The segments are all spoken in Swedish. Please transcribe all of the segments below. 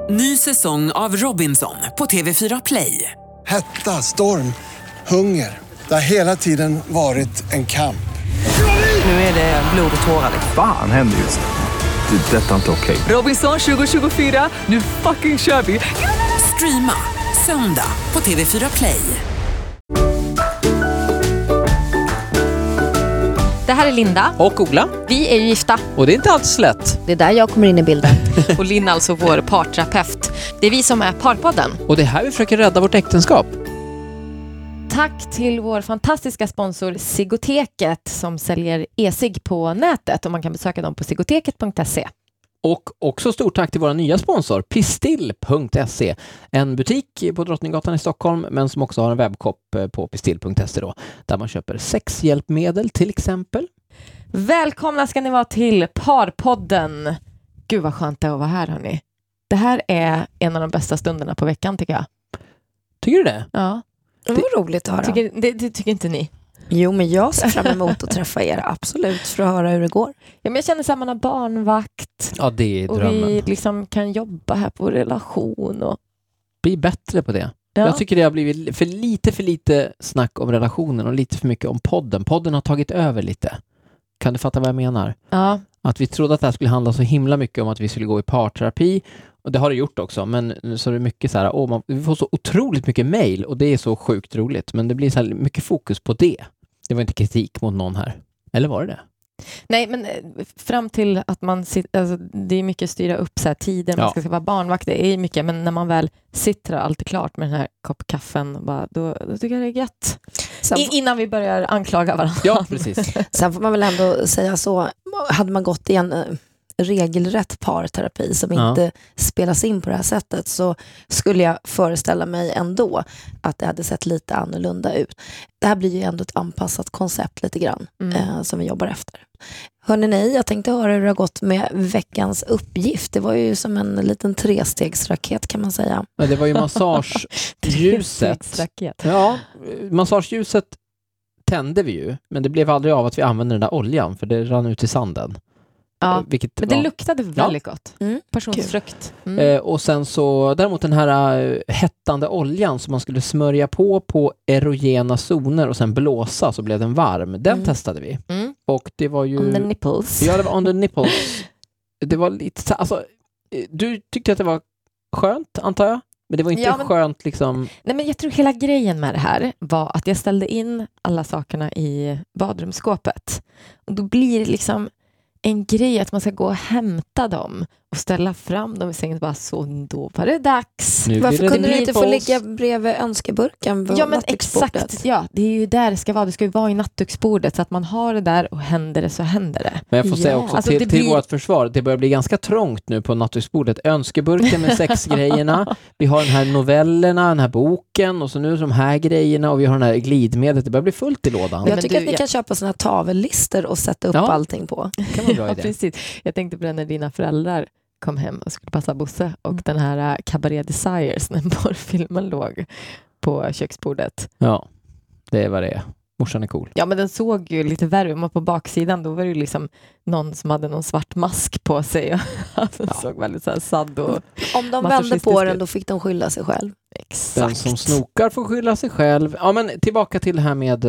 Ny säsong av Robinson på TV4 Play. Hetta, storm, hunger. Det har hela tiden varit en kamp. Nu är det blod och tårar. Fan händer just nu. Det. Detta är inte okej. Robinson 2024, nu fucking kör vi. Streama söndag på TV4 Play. Det här är Linda. Och Ola. Vi är ju gifta. Och det är inte alls lätt. Det är där jag kommer in i bilden. Och Linn alltså vår parterapeut. Det är vi som är Parpodden. Och det är här vi försöker rädda vårt äktenskap. Tack till vår fantastiska sponsor Sigoteket som säljer e-cigg på nätet. Och man kan besöka dem på sigoteket.se. Och också stort tack till våra nya sponsor pistill.se. En butik på Drottninggatan i Stockholm, men som också har en webbshop på pistill.se då, där man köper sexhjälpmedel till exempel. Välkomna ska ni vara till Parpodden. Gud vad skönt det är att vara här, hörni. Det här är en av de bästa stunderna på veckan tycker jag. Tycker du det? Ja. Det var roligt att höra. Det tycker inte ni? Jo, men jag ser fram emot att träffa er, absolut, för att höra hur det går. Ja, men jag känner så att man har barnvakt. Ja, det är drömmen. Och vi liksom kan jobba här på relation. Och... Bli bättre på det. Ja. Jag tycker det har blivit för lite snack om relationen och lite för mycket om podden. Podden har tagit över lite. Kan du fatta vad jag menar? Ja. Att vi trodde att det här skulle handla så himla mycket om att vi skulle gå i parterapi. Och det har det gjort också. Men så är det mycket så här, vi får så otroligt mycket mejl och det är så sjukt roligt. Men det blir så här mycket fokus på det. Det var inte kritik mot någon här. Eller var det det? Nej, men fram till att man sitter, alltså, det är mycket styra upp så här, tiden, man ska vara barnvakt, det är mycket, men när man väl sitter och allt är klart med den här kopp kaffen, då tycker jag det är gött. Innan vi börjar anklaga varandra. Ja, precis. Sen får man väl ändå säga så, hade man gått i en regelrätt parterapi som inte spelas in på det här sättet, så skulle jag föreställa mig ändå att det hade sett lite annorlunda ut. Det här blir ju ändå ett anpassat koncept lite grann som vi jobbar efter. Hörrni, jag tänkte höra hur det har gått med veckans uppgift. Det var ju som en liten trestegsraket kan man säga. Ja, det var ju massageljuset. Ja, massageljuset tände vi ju, men det blev aldrig av att vi använde den där oljan, för det rann ut i sanden. Ja, men det luktade väldigt gott. Passionsfrukt. Och sen så, däremot den här hettande oljan som man skulle smörja på erogena zoner och sen blåsa så blev den varm. Den testade vi. Och det var ju... On the nipples. Ja, det var on the nipples. Det var lite, alltså, du tyckte att det var skönt, antar jag? Men det var inte skönt liksom... Nej, men jag tror hela grejen med det här var att jag ställde in alla sakerna i badrumsskåpet. Och då blir det liksom en grej att man ska gå och hämta dem och ställa fram dem i sängen och bara så, då var det dags. Varför kunde du inte få ligga bredvid önskeburken på exakt. Ja, det är ju där det ska vara. Det ska ju vara i nattduksbordet så att man har det där och händer det så händer det. Men jag får säga också alltså, till vårt försvar, det börjar bli ganska trångt nu på nattduksbordet. Önskeburken med sexgrejerna. Vi har den här novellerna, den här boken och så nu de här grejerna och vi har den här glidmedlet. Det börjar bli fullt i lådan. Jag tycker att ni kan köpa såna här tavellister och sätta upp allting på. Det kan vara bra idé. Precis. Jag tänkte på det när dina föräldrar kom hem och skulle passa Bosse och den här Cabaret Desires när porrfilmen låg på köksbordet. Ja, det var det. Morsan är cool. Ja, men den såg ju lite värre. Men på baksidan då var det ju liksom någon som hade någon svart mask på sig. Den såg väldigt så här sadd och... Om de vände på den då fick de skylla sig själv. Exakt. Den som snokar får skylla sig själv. Ja, men tillbaka till det här med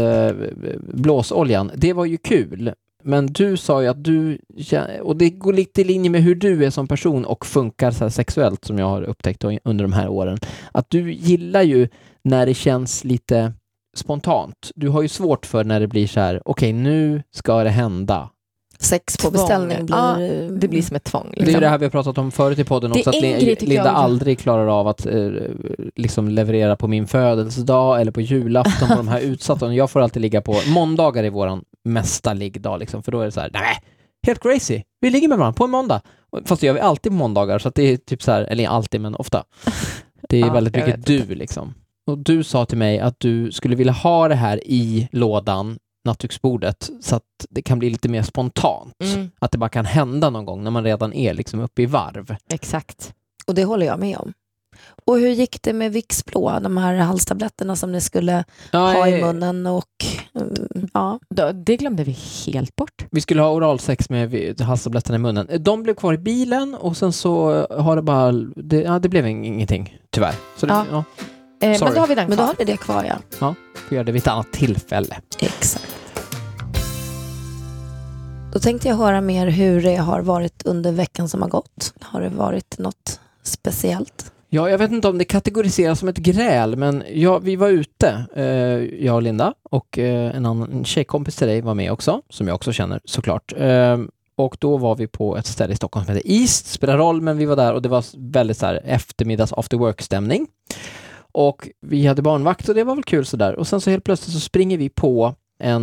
blåsoljan. Det var ju kul. Men du sa ju att du, och det går lite i linje med hur du är som person och funkar så här sexuellt som jag har upptäckt under de här åren. Att du gillar ju när det känns lite spontant. Du har ju svårt för när det blir så här, okej, nu ska det hända. Sex på beställning blir... det blir som ett tvång. Liksom. Det är det här vi har pratat om förut i podden också, att Linda aldrig klarar av att liksom leverera på min födelsedag eller på julafton på de här utsatta. Jag får alltid ligga på måndagar i våran mesta liggdag liksom, för då är det så här, nej, helt crazy. Vi ligger med varandra på en måndag. Fast det gör vi alltid på måndagar, så att det är typ så här, eller alltid, men ofta. Det är väldigt mycket du liksom. Och du sa till mig att du skulle vilja ha det här i lådan, nattduksbordet, så att det kan bli lite mer spontant. Att det bara kan hända någon gång när man redan är liksom uppe i varv. Exakt. Och det håller jag med om. Och hur gick det med Vicks blå, de här halstabletterna som ni skulle ha i munnen och Ja. Det glömde vi helt bort. Vi skulle ha oralsex med halstabletterna i munnen. De blev kvar i bilen och sen så har det bara... Det blev ingenting, tyvärr. Så det, ja. Men då har vi den kvar. Men då har vi det kvar, ja. Ja, vi gör det vid ett annat tillfälle. Exakt. Då tänkte jag höra mer hur det har varit under veckan som har gått. Har det varit något speciellt? Ja, jag vet inte om det kategoriseras som ett gräl, men vi var ute, jag och Linda, och en tjejkompis till dig var med också, som jag också känner såklart. Och då var vi på ett ställe i Stockholm som heter East, spelar roll, men vi var där och det var väldigt så här eftermiddags after work-stämning. Och vi hade barnvakt och det var väl kul sådär. Och sen så helt plötsligt så springer vi på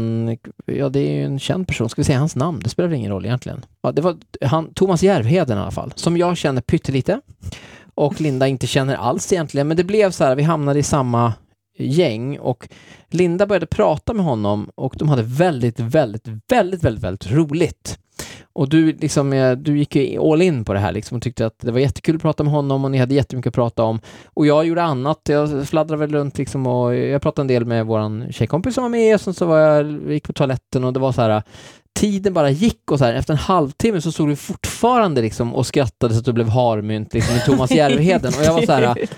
det är ju en känd person, ska vi säga hans namn? Det spelar ingen roll egentligen. Ja, det var Thomas Järvheden i alla fall, som jag känner pyttelite. Och Linda inte känner alls egentligen, men det blev så här, vi hamnade i samma gäng och Linda började prata med honom och de hade väldigt, väldigt, väldigt, väldigt, väldigt roligt. Och du gick ju all in på det här liksom och tyckte att det var jättekul att prata med honom och ni hade jättemycket att prata om. Och jag gjorde annat, jag fladdrade väl runt liksom och jag pratade en del med våran tjejkompis som var med och sen så gick på toaletten och det var så här, tiden bara gick och så här, efter en halvtimme så stod du fortfarande liksom och skrattade så att du blev harmynt liksom i Thomas Järvheden och jag var så här,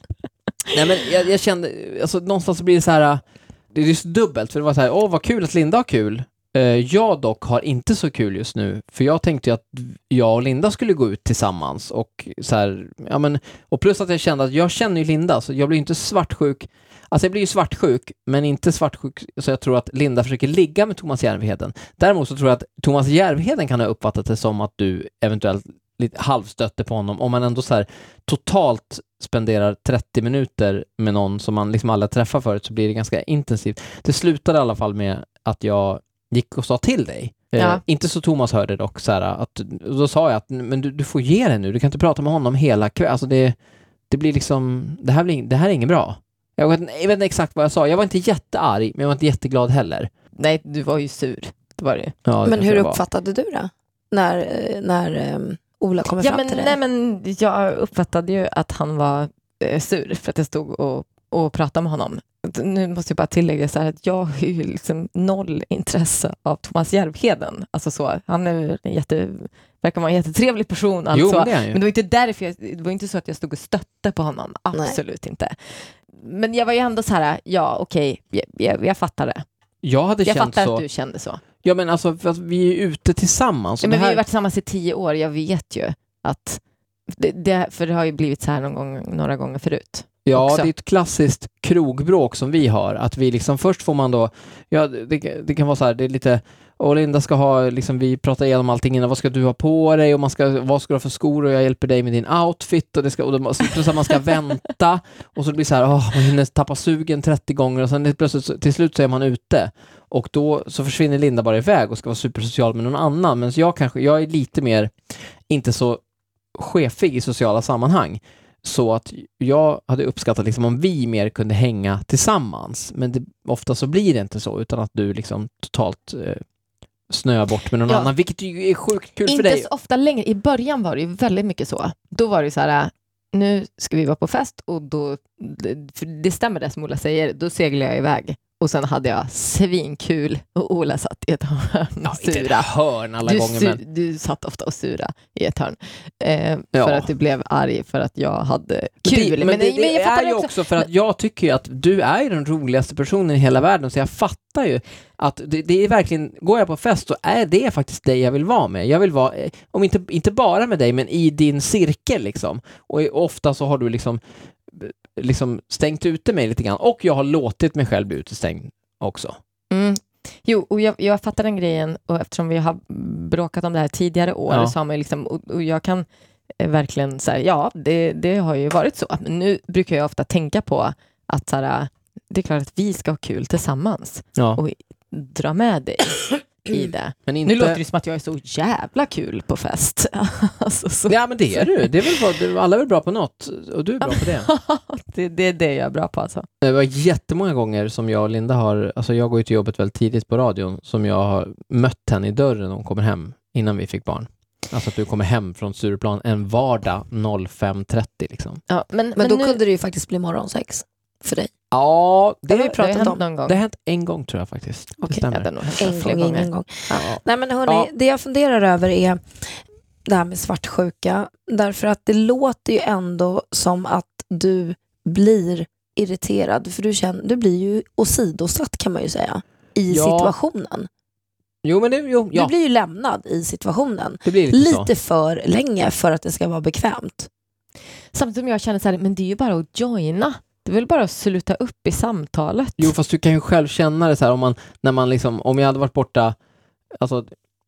nej men jag kände, alltså någonstans så blir det så här, det är så dubbelt för det var så här, vad kul att Linda har kul. Jag dock har inte så kul just nu för jag tänkte ju att jag och Linda skulle gå ut tillsammans och så här, ja men, och plus att jag kände att jag känner ju Linda så jag blir inte svartsjuk. Alltså jag blir ju svartsjuk, men inte svartsjuk så jag tror att Linda försöker ligga med Thomas Järvheden. Däremot så tror jag att Thomas Järvheden kan ha uppfattat det som att du eventuellt lite halvstötte på honom. Om man ändå så här totalt spenderar 30 minuter med någon som man liksom aldrig träffar förut så blir det ganska intensivt. Det slutade i alla fall med att jag gick och sa till dig. Ja. Inte så Thomas hörde dock så här, att då sa jag att men du får ge det nu. Du kan inte prata med honom hela kvällen. Alltså det blir liksom det här är inget bra. Jag vet inte exakt vad jag sa. Jag var inte jättearg, men jag var inte jätteglad heller. Nej, du var ju sur. Det var det. Ja, det men hur uppfattade du det? När Ola kommer fram till dig? Nej, men jag uppfattade ju att han var sur för att jag stod och pratade med honom. Nu måste jag bara tillägga så här att jag har ju liksom noll intresse av Thomas Järvheden. Alltså så, han är verkar vara en jättetrevlig person. Alltså. Jo, men det var inte därför det var inte så att jag stod och stötte på honom. Absolut Nej. Inte. Men jag var ju ändå så här, ja okej, jag fattar det. Jag fattar att du kände så. Ja men alltså för att vi är ute tillsammans. Ja, men vi har ju varit tillsammans i 10 år. Jag vet ju att för det har ju blivit så här några gånger förut. Ja, också. det är ett klassiskt krogbråk som vi har. Att vi liksom, först får man då, ja det kan vara så här, det är lite, och Linda ska ha, liksom vi pratar igenom allting innan, vad ska du ha på dig och vad ska du ha för skor och jag hjälper dig med din outfit och man ska vänta och så blir det så här, man hinner tappa sugen 30 gånger och sen plötsligt till slut så är man ute och då så försvinner Linda bara iväg och ska vara supersocial med någon annan, men jag är lite mer inte så chefig i sociala sammanhang. Så att jag hade uppskattat liksom om vi mer kunde hänga tillsammans. Men ofta så blir det inte så utan att du liksom totalt snöar bort med någon annan. Vilket ju är sjukt kul inte för dig. Inte så ofta längre. I början var det ju väldigt mycket så. Då var det så här, nu ska vi vara på fest och då, för det stämmer det som Ola säger, då seglar jag iväg. Och sen hade jag svinkul och Ola satt i ett hörn och sura. Inte ett hörn alla gånger. Men... Du satt ofta och sura i ett hörn. För att du blev arg för att jag hade kul. Men det är ju också för att jag tycker ju att du är den roligaste personen i hela världen. Så jag fattar ju att det är verkligen, går jag på fest så är det faktiskt dig jag vill vara med. Jag vill vara, om inte bara med dig, men i din cirkel liksom. Och ofta så har du liksom stängt ute mig lite grann och jag har låtit mig själv bli utestängd också. Jo, och jag fattar den grejen och eftersom vi har bråkat om det här tidigare år så har man liksom, och jag kan verkligen säga, ja, det har ju varit så. Men nu brukar jag ofta tänka på att så här, det är klart att vi ska ha kul tillsammans och dra med dig i det. Men inte... Nu låter det som att jag är så jävla kul på fest. Alltså, så... Ja, men det är du. Det är väl alla är väl bra på något och du är bra på det. Det är det jag är bra på alltså. Det var jättemånga gånger som jag och Linda har, alltså jag går ju till jobbet väldigt tidigt på radion, som jag har mött henne i dörren när hon kommer hem innan vi fick barn. Alltså att du kommer hem från Stureplan en vardag 05.30 liksom. Ja, men då kunde det ju faktiskt bli morgonsex. för dig? Ja, det har vi pratat om. Någon gång. Det har hänt en gång tror jag faktiskt. Okay. Det stämmer. En gång. Ja. Nej men hörni, det jag funderar över är det här med svartsjuka. Därför att det låter ju ändå som att du blir irriterad. För du blir ju åsidosatt kan man ju säga i situationen. Jo, men Du blir ju lämnad i situationen. Det blir lite för länge för att det ska vara bekvämt. Samtidigt som jag känner så här, men det är ju bara att joina. Det är väl bara att sluta upp i samtalet. Jo, fast du kan ju själv känna det så här om jag hade varit borta, alltså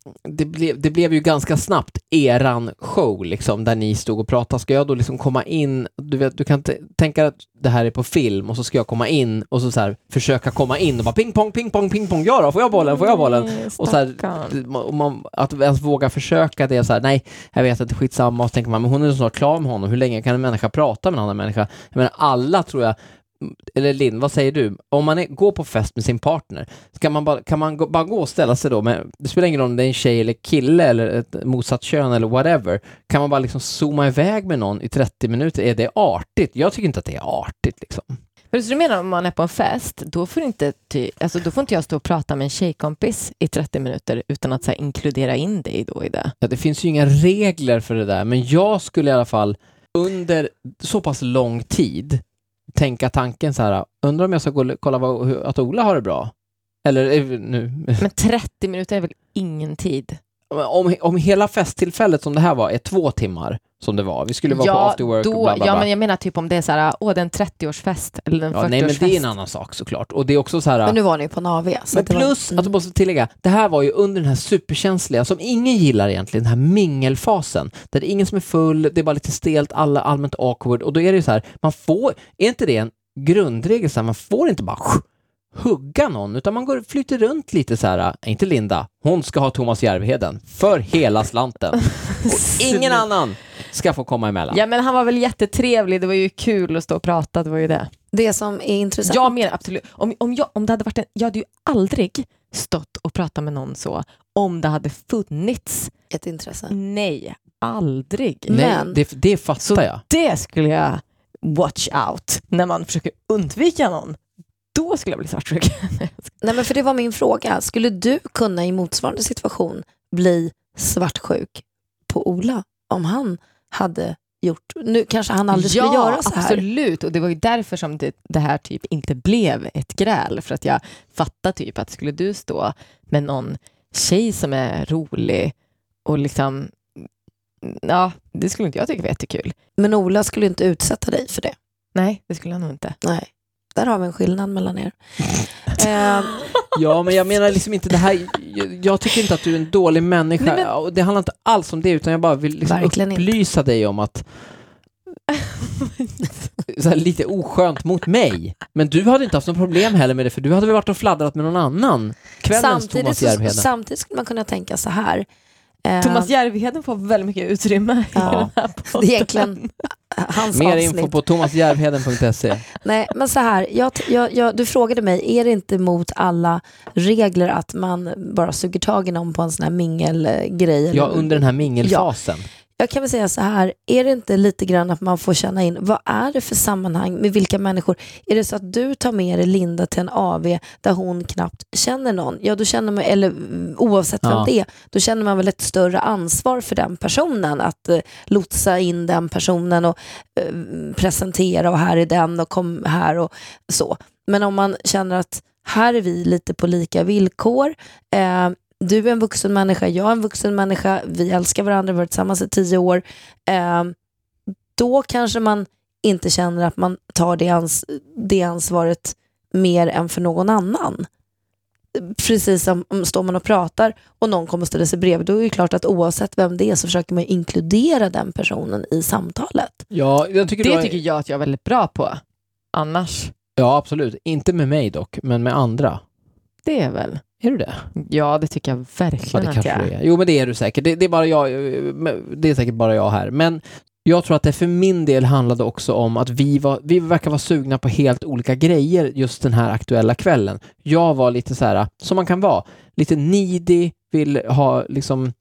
det blev ju ganska snabbt eran show liksom, där ni stod och pratade. Ska jag då liksom komma in, du kan tänka att det här är på film och så ska jag komma in och så här försöka komma in och bara ping pong, ja då, får jag bollen och så här, att ens våga försöka det så här, nej, jag vet att det är skitsamma, och så tänker man, men hon är så snart klar med honom, hur länge kan en människa prata med en annan människa? Jag menar, alla tror jag, eller Linn, vad säger du? Om man går på fest med sin partner, kan man bara gå och ställa sig då med, det spelar ingen roll om det är en tjej eller kille eller ett motsatt kön eller whatever, kan man bara liksom zooma iväg med någon i 30 minuter? Är det artigt? Jag tycker inte att det är artigt liksom. Men så du menar om man är på en fest, då får inte jag stå och prata med en tjejkompis i 30 minuter utan att så här, inkludera in dig då i det? Ja, det finns ju inga regler för det där, men jag skulle i alla fall under så pass lång tid tänka tanken så här, undrar om jag ska kolla att Ola har det bra. Eller nu. Men 30 minuter är väl ingen tid? Om hela festtillfället som det här var är 2 timmar som det var. Vi skulle vara på after work och bla, bla, bla. Ja, men jag menar typ om det är så här, det är en 30-årsfest eller en 40-årsfest. Nej, men det är en annan sak såklart. Och det är också så här. Men nu var ni på en AV. Men plus, att du måste tillägga, det här var ju under den här superkänsliga, som ingen gillar egentligen, den här mingelfasen. Där det är ingen som är full, det är bara lite stelt, alla allmänt awkward. Och då är det ju så här, är inte det en grundregel så här, man får inte bara hugga någon, utan man flyter runt lite så här, inte Linda, hon ska ha Thomas Järvheden för hela slanten. Och ingen annan ska få komma emellan. Ja, men han var väl jättetrevlig, det var ju kul att stå och prata, det var ju det. Det som är intressant. Jag menar absolut, om det hade varit jag hade ju aldrig stått och pratat med någon så, om det hade funnits ett intresse. Nej, aldrig. Nej, det fattar så jag. Det skulle jag watch out när man försöker undvika någon. Då skulle jag bli svartsjuk. Nej, men för det var min fråga. Skulle du kunna i motsvarande situation bli svartsjuk på Ola om han hade gjort... Nu kanske han aldrig skulle göra så här. Ja, absolut. Och det var ju därför som det här typ inte blev ett gräl. För att jag fattar typ att skulle du stå med någon tjej som är rolig och liksom... Ja, det skulle inte jag tycka var jättekul. Men Ola skulle inte utsätta dig för det? Nej, det skulle han nog inte. Nej. Där har vi en skillnad mellan er. Ja, men jag menar liksom inte det här. Jag tycker inte att du är en dålig människa. Nej, men... Det handlar inte alls om det, utan jag bara vill liksom upplysa dig om att så här, lite oskönt mot mig. Men du hade inte haft något problem heller med det, för du hade väl varit och fladdrat med någon annan. Kvällens Thomas Järvheden. Samtidigt skulle man kunna tänka så här. Thomas Järvheden får väldigt mycket utrymme i den här podden. Det är egentligen hans mer avsnitt. Info på thomasjärvheden.se. Nej, men så här, du frågade mig, är det inte mot alla regler att man bara suger tag i någon på en sån här mingelgrej? Ja, under den här mingelfasen. Ja. Jag kan väl säga så här, är det inte lite grann att man får känna in, vad är det för sammanhang med vilka människor? Är det så att du tar med dig Linda till en AV där hon knappt känner någon? Ja, då känner man, eller oavsett vem det är, då känner man väl ett större ansvar för den personen, att lotsa in den personen och presentera, och här är den och kom här och så. Men om man känner att här är vi lite på lika villkor, du är en vuxen människa, jag är en vuxen människa, vi älskar varandra, vi har varit tillsammans i 10 år. Då kanske man inte känner att man tar det ansvaret mer än för någon annan. Precis som om står man och pratar och någon kommer att ställa sig bredvid, då är det klart att oavsett vem det är så försöker man inkludera den personen i samtalet. Ja, tycker jag att jag är väldigt bra på. Annars. Ja, absolut. Inte med mig dock, men med andra. Det är väl. Är du det? Ja, det tycker jag verkligen att jag är. Jo, men det är du säkert. Det är bara jag. Det är säkert bara jag här. Men jag tror att det för min del handlade också om att vi verkar vara sugna på helt olika grejer just den här aktuella kvällen. Jag var lite så här, som man kan vara, lite needy, vill ha liksom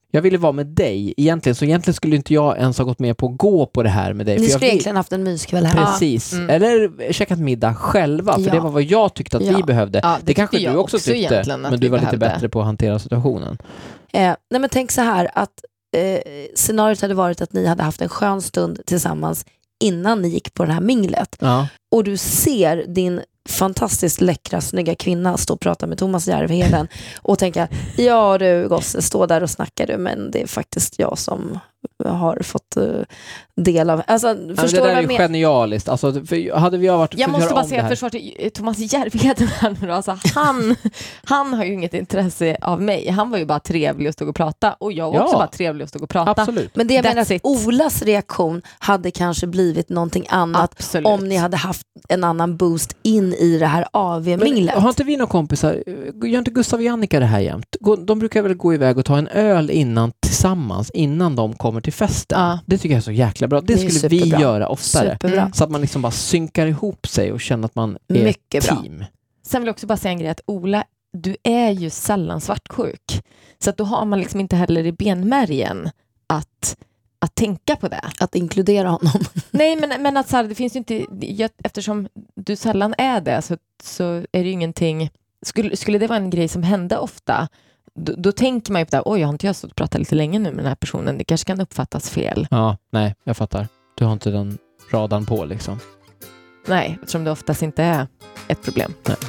Jag ville vara med dig egentligen, så egentligen skulle inte jag ens ha gått med på att gå på det här med dig. Ni skulle egentligen haft en myskväll här. Precis. Eller käkat middag själva, för det var vad jag tyckte att vi behövde. Ja, det kanske du också tyckte, men du var lite bättre på att hantera situationen. Nej, men tänk så här att scenariot hade varit att ni hade haft en skön stund tillsammans innan ni gick på det här minglet. Ja. Och du ser din fantastiskt läckra, snygga kvinna stå och prata med Thomas Järvheden och tänka, ja du gosse, stå där och snackar du, men det är faktiskt jag som har fått del av... Alltså, förstår det där är ju genialiskt. Alltså, hade vi varit... Jag måste bara säga försvar till Thomas Järvheden här nu. Alltså, han har ju inget intresse av mig. Han var ju bara trevlig och stod och prata. Och jag var också bara trevlig och stod och prata. Absolut. Men det jag menar att Olas reaktion hade kanske blivit någonting annat. Absolut. Om ni hade haft en annan boost in i det här AV-minglet. Har inte vi några kompisar? Gör inte Gustav och Jannica det här jämt? De brukar väl gå iväg och ta en öl tillsammans innan de kommer till festen. Ja. Det tycker jag är så jäkla bra. Det skulle vi göra oftare. Så att man liksom bara synkar ihop sig och känner att man är mycket ett team. Bra. Sen vill jag också bara säga en grej att Ola, du är ju sällan svartsjuk. Så att då har man liksom inte heller i benmärgen att tänka på det. Att inkludera honom. Nej, men att så här, det finns ju inte... Eftersom du sällan är det så är det ju ingenting... Skulle det vara en grej som hände ofta, då tänker man ju på det, oj, jag har inte stått och pratat lite länge nu med den här personen. Det kanske kan uppfattas fel. Ja, nej, jag fattar. Du har inte den radarn på liksom. Nej, eftersom det oftast inte är ett problem. Nej.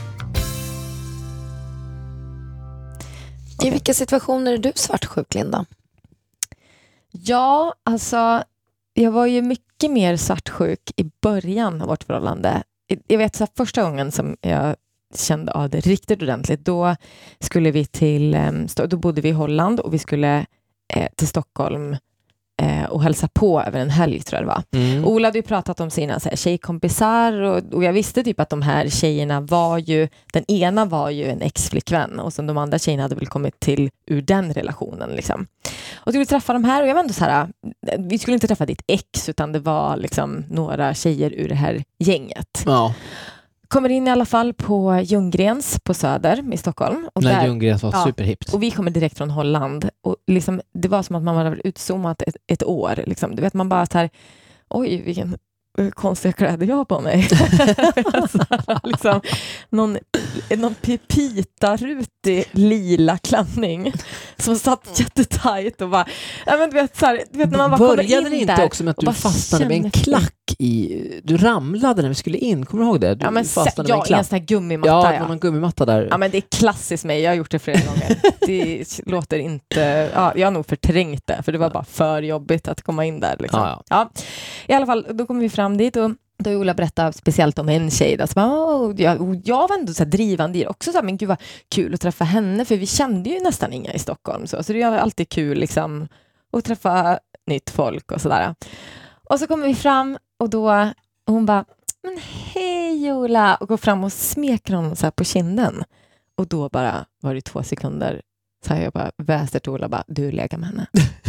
I vilka situationer är du svartsjuk, Linda? Ja, alltså jag var ju mycket mer svartsjuk i början av vårt förhållande. Jag vet så här, första gången som jag kände av det riktigt ordentligt, då skulle vi då bodde vi i Holland och vi skulle till Stockholm och hälsa på över en helg, tror jag det var. Ola hade ju pratat om sina så här, tjejkompisar och jag visste typ att de här tjejerna var ju, den ena var ju en ex-flickvän och sen de andra tjejerna hade väl kommit till ur den relationen liksom. Och skulle träffa de här och jag var ändå så här, vi skulle inte träffa ditt ex utan det var liksom några tjejer ur det här gänget. Ja. Kommer in i alla fall på Ljunggrens på Söder i Stockholm. Och när Ljunggrens var superhippt. Och vi kommer direkt från Holland. Och liksom, det var som att man var utzoomat ett år. Liksom. Du vet, man bara så här, oj, vilken konstiga kläder jag har på mig. Så, liksom, någon pipita-rutig lila klänning som satt jättetajt och bara, ja, men du vet, så här, du vet när man bara kommer in där. Började det inte också med att du fastnade med en klack i, du ramlade när vi skulle in, kommer du ihåg det? Du fastnade med en klack. En sån här gummimatta. Ja, det var en gummimatta där. Ja, men det är klassiskt mig, jag har gjort det flera gånger. Det låter inte, jag har nog förträngt det, för det var bara för jobbigt att komma in där liksom. Ja. I alla fall, då kommer vi fram dit och då Ola berättade speciellt om en tjej där, så jag var ändå så här drivande i det också, så här, men gud vad kul att träffa henne, för vi kände ju nästan inga i Stockholm, så det är alltid kul liksom att träffa nytt folk och sådär. Och så kommer vi fram och då och hon bara, men hej Ola, och går fram och smeker honom så här på kinden, och då bara var det 2 sekunder så här, jag bara väser till Ola, bara, du lägger med henne.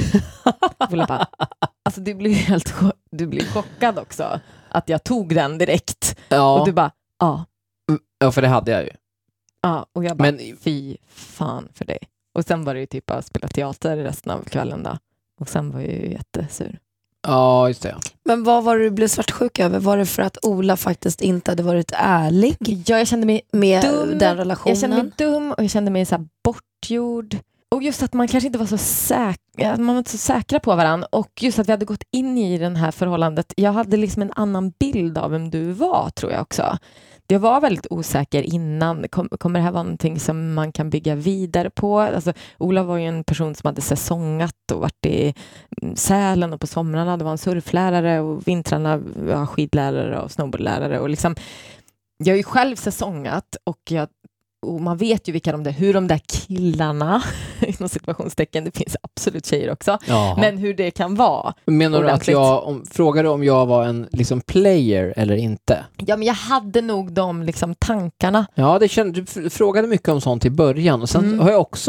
Ola bara, alltså du blir chockad också att jag tog den direkt. Ja. Och du bara, ja. Ja, för det hade jag ju. Ja, och jag bara, fy fan för dig. Och sen var det ju typ att spela teater resten av kvällen då. Och sen var jag ju jättesur. Ja, just det. Men vad var det du blev svartsjuk över? Var det för att Ola faktiskt inte hade varit ärlig? Ja, jag kände mig med dum. Den relationen. Jag kände mig dum och jag kände mig så här bortgjord. Och just att man kanske inte var så man var inte så säkra på varandra. Och just att vi hade gått in i det här förhållandet. Jag hade liksom en annan bild av vem du var, tror jag också. Jag var väldigt osäker innan. Kommer det här vara någonting som man kan bygga vidare på? Alltså, Ola var ju en person som hade säsongat och varit i Sälen, och på somrarna det var en surflärare och vintrarna var skidlärare och snowboardlärare. Och liksom, jag har ju själv säsongat och man vet ju hur de där killarna inom situationstecken, det finns absolut tjejer också. Jaha. Men hur det kan vara. Menar du att frågade om jag var en liksom player eller inte? Ja, men jag hade nog de liksom tankarna. Ja, du frågade mycket om sånt i början och sen har jag också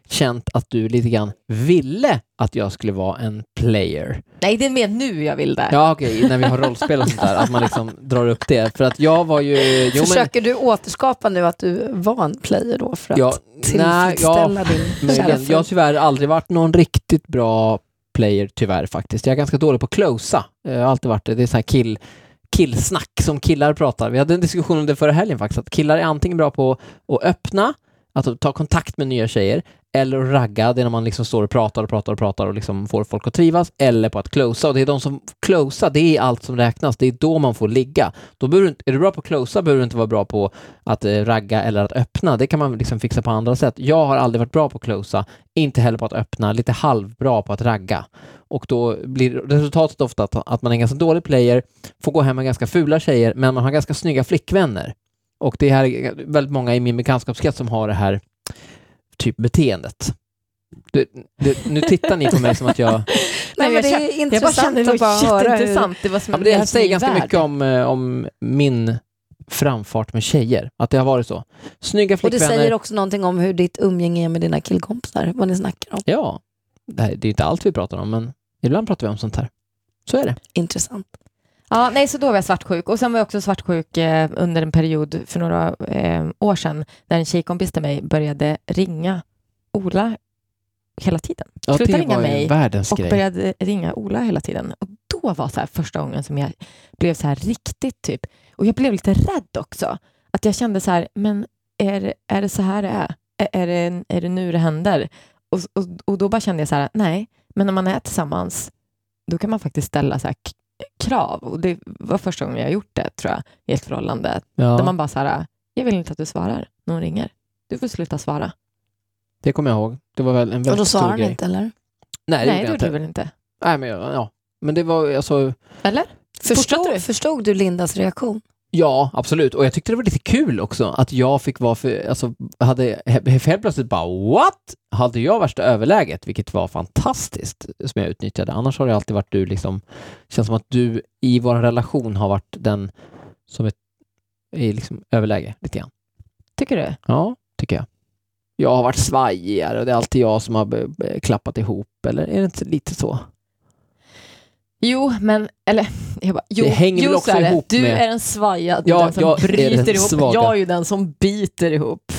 känt att du lite grann ville att jag skulle vara en player. Nej, det är mer nu jag vill det. Ja, okej, när vi har rollspel och sånt där, att man liksom drar upp det. För att jag var ju... Försöker du återskapa nu att du var en player då för att tillfredsställa din kärlek? Jag har tyvärr aldrig varit någon riktigt bra player, tyvärr faktiskt. Jag är ganska dålig på att closa. Jag har alltid varit det. Det är så här killsnack som killar pratar. Vi hade en diskussion om det förra helgen faktiskt. Att killar är antingen bra på att öppna, att ta kontakt med nya tjejer, eller att ragga, det är när man liksom står och pratar och liksom får folk att trivas, eller på att closa. Och det är de som closa, det är allt som räknas. Det är då man får ligga. Då är du bra på att closa behöver du inte vara bra på att ragga eller att öppna. Det kan man liksom fixa på andra sätt. Jag har aldrig varit bra på att closa, inte heller på att öppna, lite halvbra på att ragga. Och då blir resultatet ofta att man är en ganska dålig player, får gå hem med ganska fula tjejer, men man har ganska snygga flickvänner. Och det här är väldigt många i min bekantskapskrets som har det här typ beteendet. Nu tittar ni på mig som att jag... Nej, men det är intressant att bara höra hur... Det var som det här säger ganska mycket om min framfart med tjejer. Att det har varit så. Snygga flickvänner. Och det säger också någonting om hur ditt umgänge är med dina killkompisar. Vad ni snackar om. Ja. Det är inte allt vi pratar om, men ibland pratar vi om sånt här. Så är det. Intressant. Ja, nej, så då var jag svartsjuk. Och sen var jag också svartsjuk under en period för några år sedan när en tjejkompis till mig började ringa Ola hela tiden. Ja, Slutade det ringa var mig världens och grej. började ringa Ola hela tiden. Och då var så här första gången som jag blev så här riktigt typ. Och jag blev lite rädd också. Att jag kände så här, men är det så här det är? Är det nu det händer? Och då bara kände jag så här, nej, men när man är tillsammans då kan man faktiskt ställa så här krav. Och det var första gången jag gjort det, tror jag, i ett förhållande. Ja. Där man bara så här, jag vill inte att du svarar när hon ringer. Du får sluta svara. Det kommer jag ihåg. Det var väl en väldigt stor grej. Och då svarade han inte, eller? Nej, det gjorde du väl inte? Nej, men ja. Men det var alltså... Eller? Förstod du Lindas reaktion? Ja, absolut. Och jag tyckte det var lite kul också att jag fick vara hade helt plötsligt bara, what? Hade jag värsta överläget, vilket var fantastiskt som jag utnyttjade. Annars har det alltid varit du liksom, känns som att du i vår relation har varit den som är liksom överläge lite grann. Tycker du? Ja, tycker jag. Jag har varit svajigare och det är alltid jag som har klappat ihop, eller är det inte lite så? Jo, men eller det hänger väl också ihop du med... är en svajad, den som bryter ihop. Svaga. Jag är ju den som biter ihop.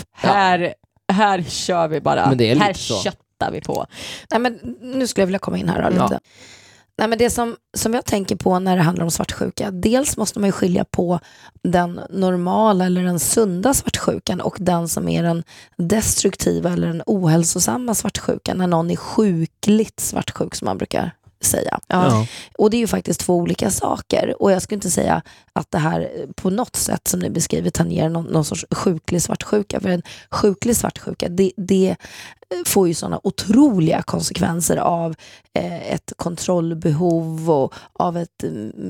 Här kör vi bara. Men det är här så. köttar vi på. Nej, men nu skulle jag vilja komma in här lite. Ja. Nej, men det som jag tänker på när det handlar om svartsjuka, dels måste man ju skilja på den normala eller den sunda svartsjukan och den som är den destruktiva eller den ohälsosamma svartsjukan, när någon är sjukligt svartsjuk som man brukar säga. Ja. Och det är ju faktiskt två olika saker. Och jag skulle inte säga att det här på något sätt som ni beskriver tangerar någon sorts sjuklig svartsjuka. För en sjuklig svartsjuka, det får ju sådana otroliga konsekvenser av ett kontrollbehov och av ett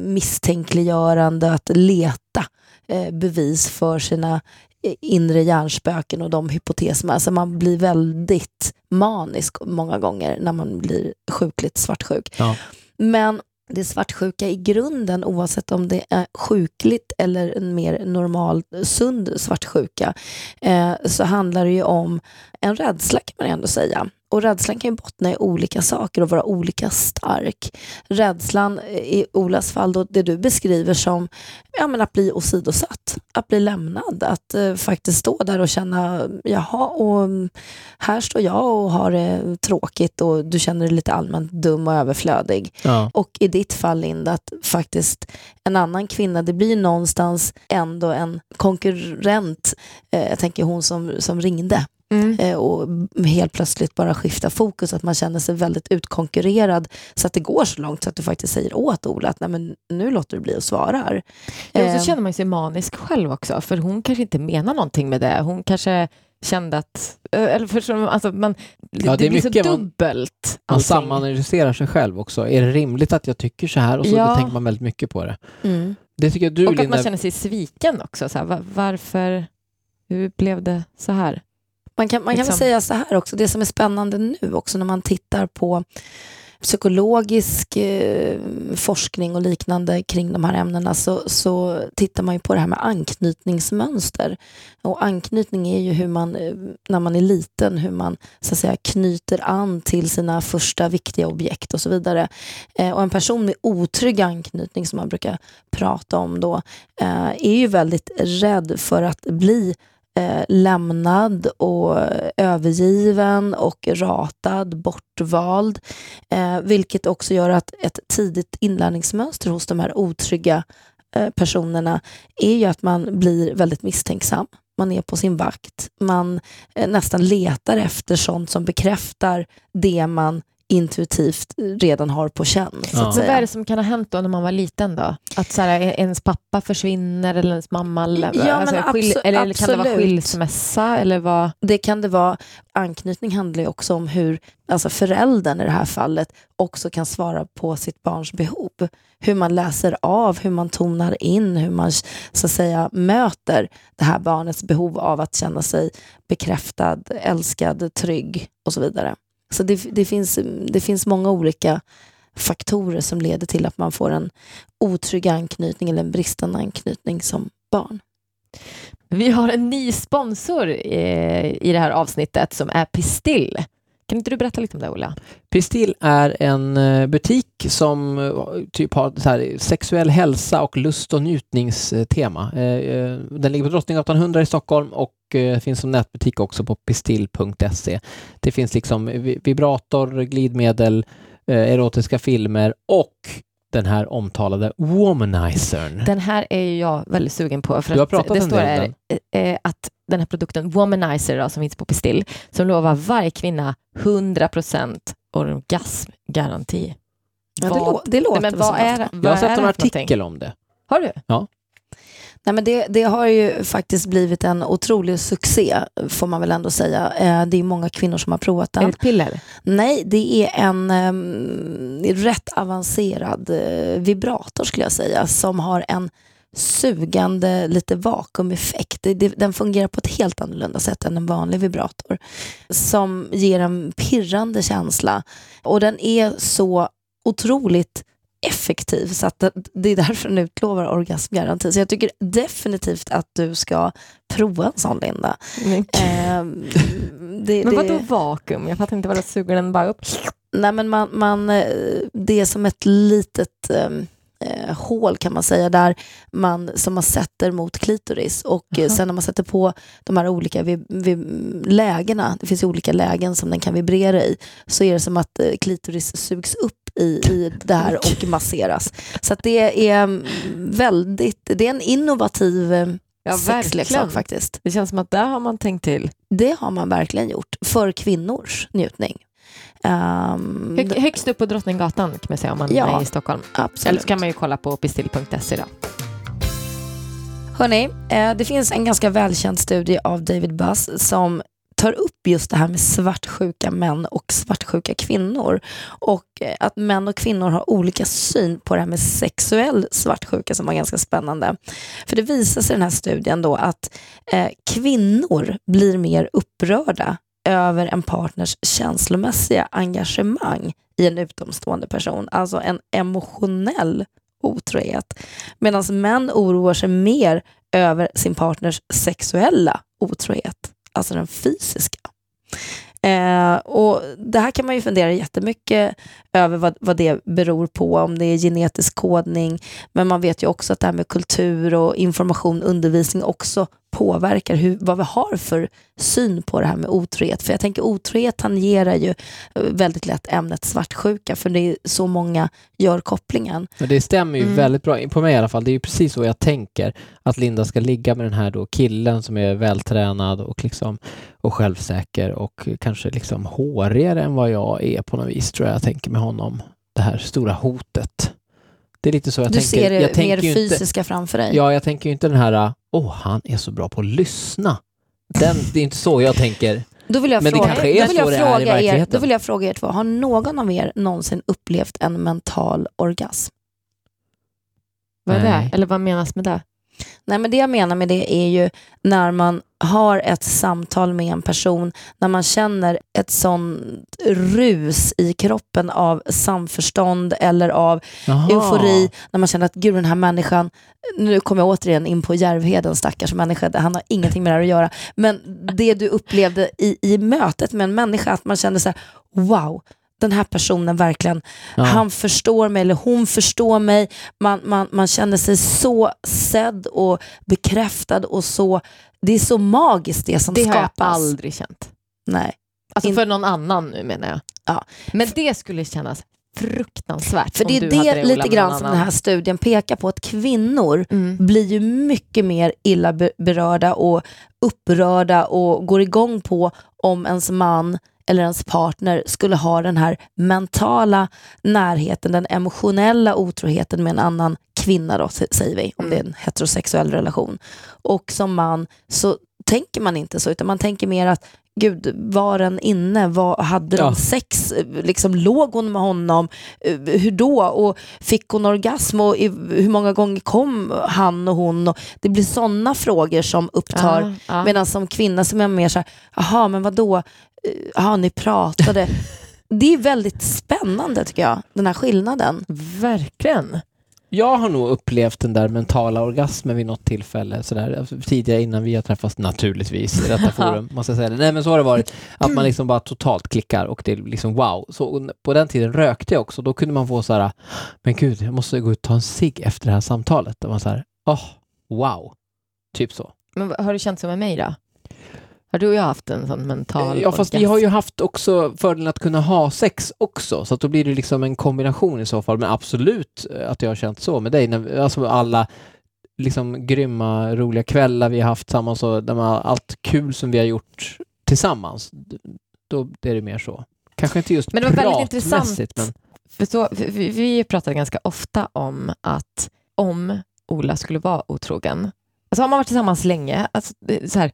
misstänkliggörande, att leta bevis för sina inre hjärnspöken och de hypoteserna. Alltså man blir väldigt manisk många gånger när man blir sjukligt svartsjuk. Ja. Men det svartsjuka i grunden, oavsett om det är sjukligt eller en mer normal, sund svartsjuka, så handlar det ju om en rädsla, kan man ändå säga. Och rädslan kan ju bottna i olika saker och vara olika stark. Rädslan i Olas fall, då, det du beskriver som att bli åsidosatt, att bli lämnad, att faktiskt stå där och känna, jaha, och här står jag och har det tråkigt och du känner dig lite allmänt dum och överflödig. Ja. Och i ditt fall, Linda, att faktiskt en annan kvinna, det blir någonstans ändå en konkurrent. Jag tänker hon som ringde. Och helt plötsligt bara skifta fokus, att man känner sig väldigt utkonkurrerad, så att det går så långt så att du faktiskt säger åt Ola att nej, men nu låter du bli och svarar. Ja, så känner man sig manisk själv också, för hon kanske inte menar någonting med det. Hon kanske kände att eller för, alltså man, det blir så dubbelt. Man samanalyserar sig själv också. Är det rimligt att jag tycker så här? Och så tänker man väldigt mycket på det. Det tycker jag du, och Linda... att man känner sig sviken också. Så här, varför? Hur blev det så här? Man kan väl säga så här också, det som är spännande nu också när man tittar på psykologisk forskning och liknande kring de här ämnena så tittar man ju på det här med anknytningsmönster. Och anknytning är ju hur man, när man är liten, hur man så att säga knyter an till sina första viktiga objekt och så vidare. Och en person med otrygg anknytning, som man brukar prata om då, är ju väldigt rädd för att bli lämnad och övergiven och ratad, bortvald, vilket också gör att ett tidigt inlärningsmönster hos de här otrygga personerna är ju att man blir väldigt misstänksam. Man är på sin vakt. Man nästan letar efter sånt som bekräftar det man intuitivt redan har på känn. Så att säga. Vad är det som kan ha hänt då när man var liten då? Att så här, ens pappa försvinner eller ens mamma eller kan det vara skilsmässa eller vad? Det kan det vara. Anknytning handlar ju också om hur alltså föräldern i det här fallet också kan svara på sitt barns behov. Hur man läser av, hur man tonar in, hur man så att säga möter det här barnets behov av att känna sig bekräftad, älskad, trygg och så vidare. Så det finns många olika faktorer som leder till att man får en otrygg anknytning eller en bristande anknytning som barn. Vi har en ny sponsor i det här avsnittet som är Pistill. Kan inte du berätta lite om det, Ola? Pistill är en butik som typ har så här sexuell hälsa och lust- och njutningstema. Den ligger på Drottninggatan 100 i Stockholm och finns som nätbutik också på pistill.se. Det finns liksom vibrator, glidmedel, erotiska filmer och den här omtalade womanizern. Den här är jag väldigt sugen på. För du har att pratat det om står att den här produkten womanizer då, som finns på Pistill, som lovar varje kvinna 100% orgasmgaranti. Ja, det låter men vad är jag har sett en artikel om det. Har du? Ja. Nej, men det har ju faktiskt blivit en otrolig succé, får man väl ändå säga. Det är många kvinnor som har provat den. Ett piller? Nej, det är en rätt avancerad vibrator skulle jag säga, som har en sugande lite vakuumeffekt. Den fungerar på ett helt annorlunda sätt än en vanlig vibrator, som ger en pirrande känsla. Och den är så otroligt effektiv så att det är därför den utlovar orgasmgaranti. Så jag tycker definitivt att du ska prova en sån, Linda. Men vadå vakuum? Jag fattar inte vad det suger den bara upp. Nej, men det är som ett litet hål kan man säga, där som man sätter mot klitoris och sen när man sätter på de här olika lägena, det finns ju olika lägen som den kan vibrera i, så är det som att klitoris sugs upp i det här och masseras. Så att det är en innovativ sexleksak faktiskt. Det känns som att där har man tänkt till. Det har man verkligen gjort för kvinnors njutning. Högst upp på Drottninggatan kan man säga om man är i Stockholm. Absolut. Eller så kan man ju kolla på pistill.se då. Hörrni, det finns en ganska välkänd studie av David Buss som tar upp just det här med svartsjuka män och svartsjuka kvinnor, och att män och kvinnor har olika syn på det här med sexuell svartsjuka, som var ganska spännande. För det visar sig i den här studien då att kvinnor blir mer upprörda över en partners känslomässiga engagemang i en utomstående person, alltså en emotionell otrohet, medan män oroar sig mer över sin partners sexuella otrohet, alltså den fysiska. Och det här kan man ju fundera jättemycket över vad det beror på, om det är genetisk kodning, men man vet ju också att det här med kultur och information, undervisning också påverkar vad vi har för syn på det här med otrohet. För jag tänker otrohet tangerar ju väldigt lätt ämnet svartsjuka, för det är så många gör kopplingen. Men det stämmer ju väldigt bra, på mig i alla fall. Det är ju precis så jag tänker, att Linda ska ligga med den här då killen som är vältränad och liksom och självsäker och kanske liksom hårigare än vad jag är på något vis, tror jag tänker med honom. Det här stora hotet. Det är lite så jag tänker. Du ser det jag mer fysiska framför dig. Ja, jag tänker ju inte den här han är så bra på att lyssna. Det är inte så jag tänker. Då vill jag fråga er två. Har någon av er någonsin upplevt en mental orgasm? Vad är det? Eller vad menas med det? Nej, men det jag menar med det är ju när man har ett samtal med en person, när man känner ett sånt rus i kroppen av samförstånd eller av eufori, när man känner att gud, den här människan, nu kommer jag återigen in på Järvheden, stackars människa, han har ingenting med det att göra, men det du upplevde i mötet med en människa, att man kände så här, wow, den här personen verkligen, han förstår mig eller hon förstår mig, man känner sig så sedd och bekräftad och så, det är så magiskt det som skapas. Det har jag aldrig känt. Nej. Alltså för någon annan nu menar jag. Ja. Men det skulle kännas fruktansvärt. För det är det lite grann som den här studien pekar på, att kvinnor blir ju mycket mer illa berörda och upprörda och går igång på om ens man eller ens partner skulle ha den här mentala närheten, den emotionella otroheten med en annan kvinna då, säger vi, om det är en heterosexuell relation. Och som man så tänker man inte så, utan man tänker mer att gud, var den inne? Hade de sex? Liksom, låg hon med honom? Hur då? Och fick hon orgasm? Och hur många gånger kom han och hon? Och det blir sådana frågor som upptar. Medan som kvinna som är mer så här, jaha, men vadå? Jaha, ni pratade. Det är väldigt spännande tycker jag, den här skillnaden. Verkligen. Jag har nog upplevt den där mentala orgasmen vid något tillfälle sådär, tidigare innan vi har träffats naturligtvis i detta forum, måste jag säga det. Nej, men så har det varit att man liksom bara totalt klickar och det är liksom wow. Så på den tiden rökte jag också, då kunde man få så här, men gud, jag måste gå ut och ta en cigg efter det här samtalet. Och man så här, wow. Typ så. Men har du känt som med mig då? Har du och jag haft en sån mental Ja, fast orgasm? vi har ju haft också fördelen att kunna ha sex också, så att då blir det liksom en kombination i så fall, men absolut att jag har känt så med dig, alltså alla liksom grymma, roliga kvällar vi har haft tillsammans och allt kul som vi har gjort tillsammans, då är det mer så. Kanske inte just men det var väldigt intressant, men... för vi pratade ganska ofta om att om Ola skulle vara otrogen, alltså har man varit tillsammans länge, alltså, så här,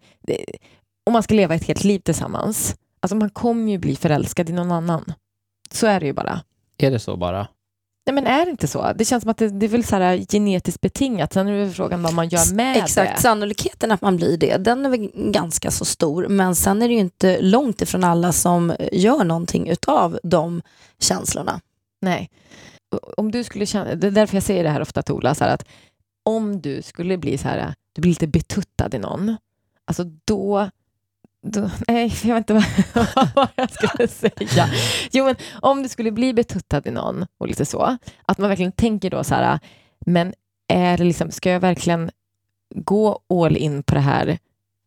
om man ska leva ett helt liv tillsammans, alltså man kommer ju bli förälskad i någon annan. Så är det ju bara. Är det så bara? Nej, men är det inte så? Det känns som att det är väl så här genetiskt betingat. Sen är det frågan vad man gör med Exakt, det. sannolikheten att man blir det, den är väl ganska så stor. Men sen är det ju inte långt ifrån alla som gör någonting utav de känslorna. Nej. Om du skulle känna, det är därför jag säger det här ofta till Ola, så här att om du skulle bli så här, du blir lite betuttad i någon, alltså då nej, jag vet inte vad jag skulle säga. Jo, men om du skulle bli betuttad i någon och lite så, att man verkligen tänker då så här, men är det liksom, ska jag verkligen gå all in på det här?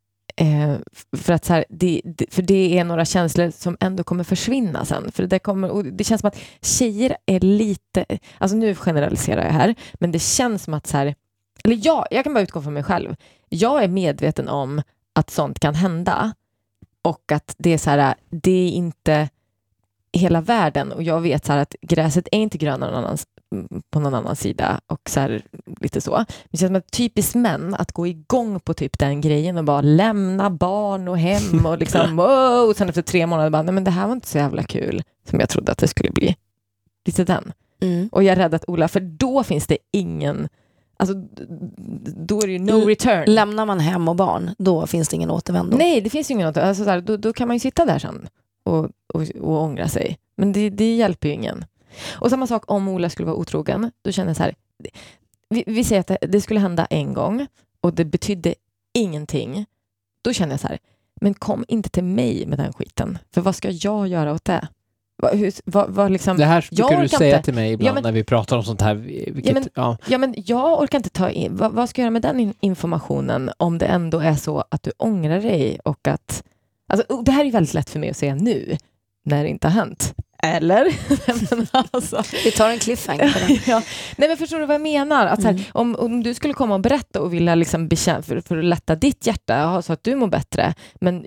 För att så här, för det är några känslor som ändå kommer försvinna sen. För det känns som att tjejer är lite, alltså nu generaliserar jag här, men det känns som att så här, eller jag kan bara utgå från mig själv. Jag är medveten om att sånt kan hända och att det är så här, det är inte hela världen, och jag vet så här att gräset är inte grönare på någon annan sida och så här, lite så. Det känns som att typiskt män att gå igång på typ den grejen och bara lämna barn och hem och liksom och sen efter 3 månader bara, nej men det här var inte så jävla kul som jag trodde att det skulle bli. Lite den. Och jag är rädd att Ola, för då finns det ingen, alltså då är det ju no return. Lämnar man hem och barn, då finns det ingen återvändo. Nej, det finns ju ingen återvändo. Alltså, så här, då kan man ju sitta där sen och ångra sig. Men det hjälper ju ingen. Och samma sak om Ola skulle vara otrogen. Då känner jag så här, vi säger att det skulle hända en gång och det betydde ingenting. Då känner jag så här, men kom inte till mig med den skiten. För vad ska jag göra åt det? Vad liksom, det här brukar du säga inte, till mig ibland när vi pratar om sånt här. Men jag orkar inte ta in, vad ska jag göra med den informationen om det ändå är så att du ångrar dig och att, alltså, det här är väldigt lätt för mig att säga nu när det inte har hänt. Eller? Alltså. Vi tar en cliffhanger på det. Ja. Nej, men förstår du vad jag menar? Att så här, om du skulle komma och berätta och vilja liksom för att lätta ditt hjärta så att du mår bättre, men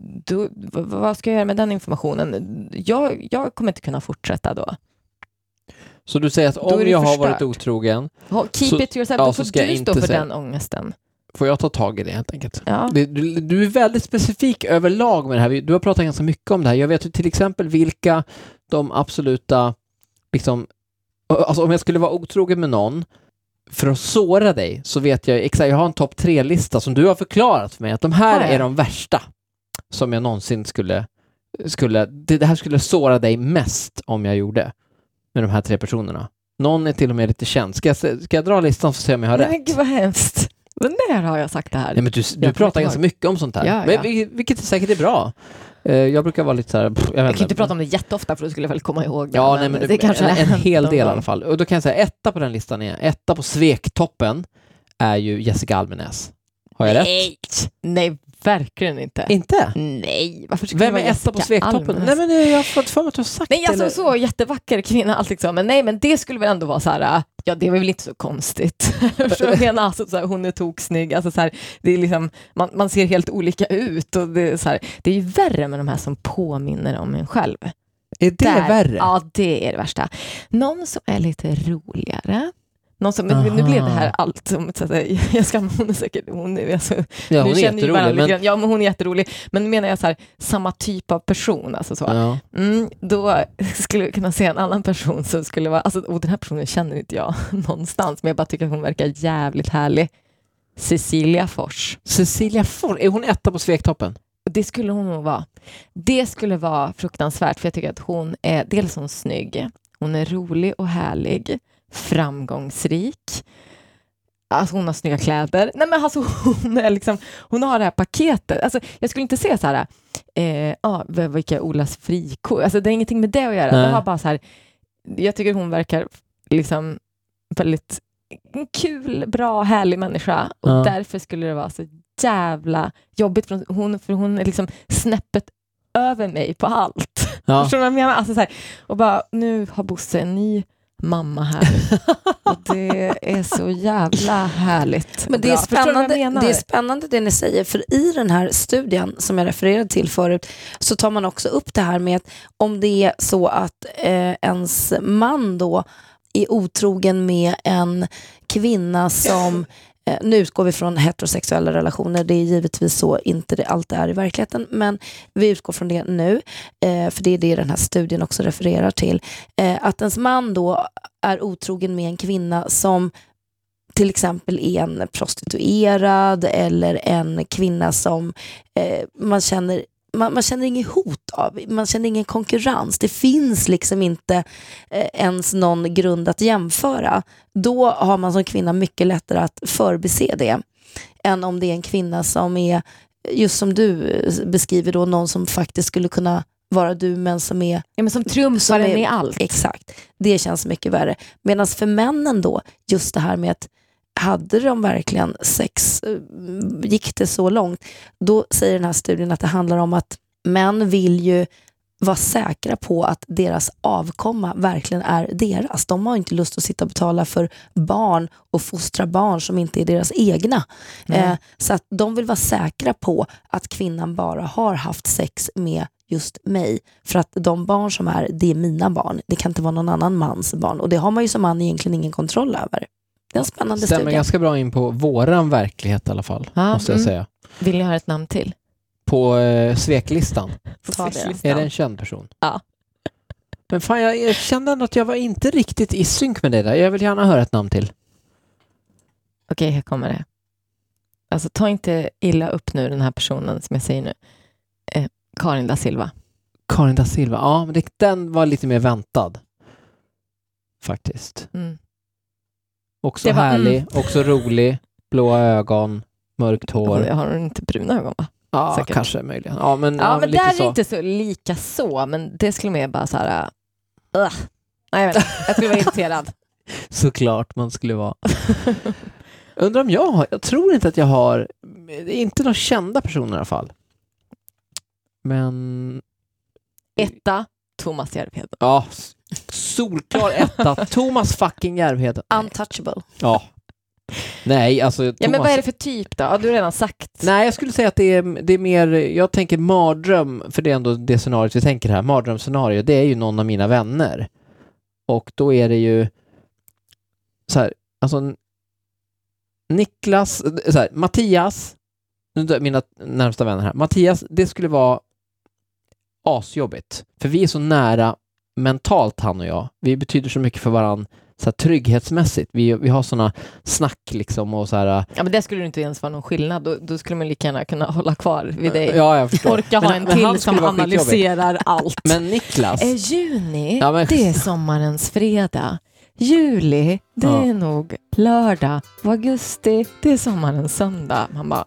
vad ska jag göra med den informationen? Jag kommer inte kunna fortsätta då. Så du säger att om jag har varit otrogen, keep it yourself, då får du stå för den ångesten. Får jag ta tag i det helt enkelt? Ja. Du är väldigt specifik överlag med det här. Du har pratat ganska mycket om det här. Jag vet till exempel vilka de absoluta, liksom, alltså om jag skulle vara otrogen med någon för att såra dig så vet jag exakt, jag har en topp 3-lista som du har förklarat för mig att de här är de värsta som jag någonsin skulle det här skulle såra dig mest om jag gjorde med de här 3 personerna. Någon är till och med lite känd. Ska jag dra listan för att se om jag har rätt? Men gud vad hemskt. Men när har jag sagt det här? Nej, men du pratar ganska mycket om sånt här. Ja. Men, vilket säkert är bra. Jag brukar vara lite så här... Jag kan inte prata om det jätteofta för du skulle väl komma ihåg det. Ja, men det kanske en hel del i alla fall. Och då kan jag säga 1 på den listan är 1 på svektoppen är ju Jessica Almenäs. Har jag rätt? Nej, verkligen inte. Inte? Nej, varför skulle vem är 1 på svektoppen? Nej, men jag har fått för mig att du har sagt det. Nej, alltså så jättevacker kvinna allt liksom. Men nej, men det skulle väl ändå vara så här, ja, det är väl inte så konstigt. För jag menar, alltså, så här, hon är toksnygg. Alltså, så här, det är liksom, man ser helt olika ut. Och det är, så här, det är ju värre med de här som påminner om en själv. Är det värre? Ja, det är det värsta. Någon som är lite roligare. Någon som, men nu blev det här allt som så att jag ska, hon är säkert hon är alltså, ja, hon är jätterolig, men... ja, men hon är jätterolig, men menar jag så här, samma typ av person alltså så. Ja. Då skulle jag kunna se en annan person som skulle vara alltså, och den här personen känner inte jag någonstans, men jag bara tycker att hon verkar jävligt härlig. Cecilia Fors. Cecilia Fors, är hon 1 på svektoppen? Det skulle hon nog vara. Det skulle vara fruktansvärt, för jag tycker att hon är dels hon snygg, hon är rolig och härlig, framgångsrik. Alltså hon har snygga kläder. Nej, men alltså hon är liksom, hon har det här paketet. Alltså jag skulle inte säga så här vilka Olas frikort. Alltså det är ingenting med det att göra. Det var bara så här, jag tycker hon verkar liksom väldigt kul, bra, härlig människa, och därför skulle det vara så jävla jobbigt för hon är liksom snäppet över mig på allt. Ja. Förstår du vad jag menar? Alltså så här, och bara, nu har Bosse en ny mamma här. Och det är så jävla härligt. Men det är spännande det ni säger, för i den här studien som jag refererade till förut så tar man också upp det här med att om det är så att ens man då är otrogen med en kvinna som nu utgår vi från heterosexuella relationer, det är givetvis så inte det alltid är i verkligheten, men vi utgår från det nu, för det är det den här studien också refererar till, att ens man då är otrogen med en kvinna som till exempel är en prostituerad eller en kvinna som man känner inget hot av, man känner ingen konkurrens, det finns liksom inte ens någon grund att jämföra. Då har man som kvinna mycket lättare att förbise det än om det är en kvinna som är, just som du beskriver då, någon som faktiskt skulle kunna vara du, men som är men som trumfar en i allt. Exakt, det känns mycket värre. Medan för männen då, just det här med att hade de verkligen sex, gick det så långt, då säger den här studien att det handlar om att män vill ju vara säkra på att deras avkomma verkligen är deras. De har inte lust att sitta och betala för barn och fostra barn som inte är deras egna. Så att de vill vara säkra på att kvinnan bara har haft sex med just mig, för att de barn som det är mina barn, det kan inte vara någon annan mans barn, och det har man ju som man egentligen ingen kontroll över. Det är en spännande studie. Stämmer ganska bra in på våran verklighet i alla fall, måste jag säga. Vill ni ha ett namn till? På sveklistan. Är det en känd person? Ja. Men fan, jag kände ändå att jag var inte riktigt i synk med det där. Jag vill gärna höra ett namn till. Okej, här kommer det. Alltså ta inte illa upp nu, den här personen som jag säger nu. Karin da Silva. Karin da Silva, ja, men den var lite mer väntad. Faktiskt. Också härlig, också rolig, blåa ögon, mörkt hår. Jag har inte bruna ögon, va? Ja, säkert. Kanske möjligen. Ja, men där lite är så. inte så lika så, men det skulle mer bara så här. Nej, jag skulle vara irriterad. Såklart man skulle vara. Undrar om jag tror inte att jag har, inte några kända personer i alla fall. Men 1, Thomas Järvheden. Ja, solklar 1. Thomas fucking Järvheden. Untouchable. Ja. Nej, alltså Thomas... Ja, men vad är det för typ då? Du har redan sagt. Nej, jag skulle säga att det är mer, jag tänker mardröm, för det är ändå det scenariot vi tänker här. Mardrömsscenario, det är ju någon av mina vänner. Och då är det ju så här, alltså Niklas, så här, Mattias, mina närmsta vänner här. Mattias, det skulle vara asjobbigt. För vi är så nära mentalt, han och jag. Vi betyder så mycket för varann så här trygghetsmässigt. Vi har såna snack liksom och så här. Ja, men det skulle inte ens vara någon skillnad. Då skulle man lika gärna kunna hålla kvar vid dig. Ja, jag förstår. Orka ha en till som analyserar allt. Men Niklas. Juni, det är sommarens fredag. Juli, det är nog lördag. Och augusti, det är sommarens söndag. Man bara...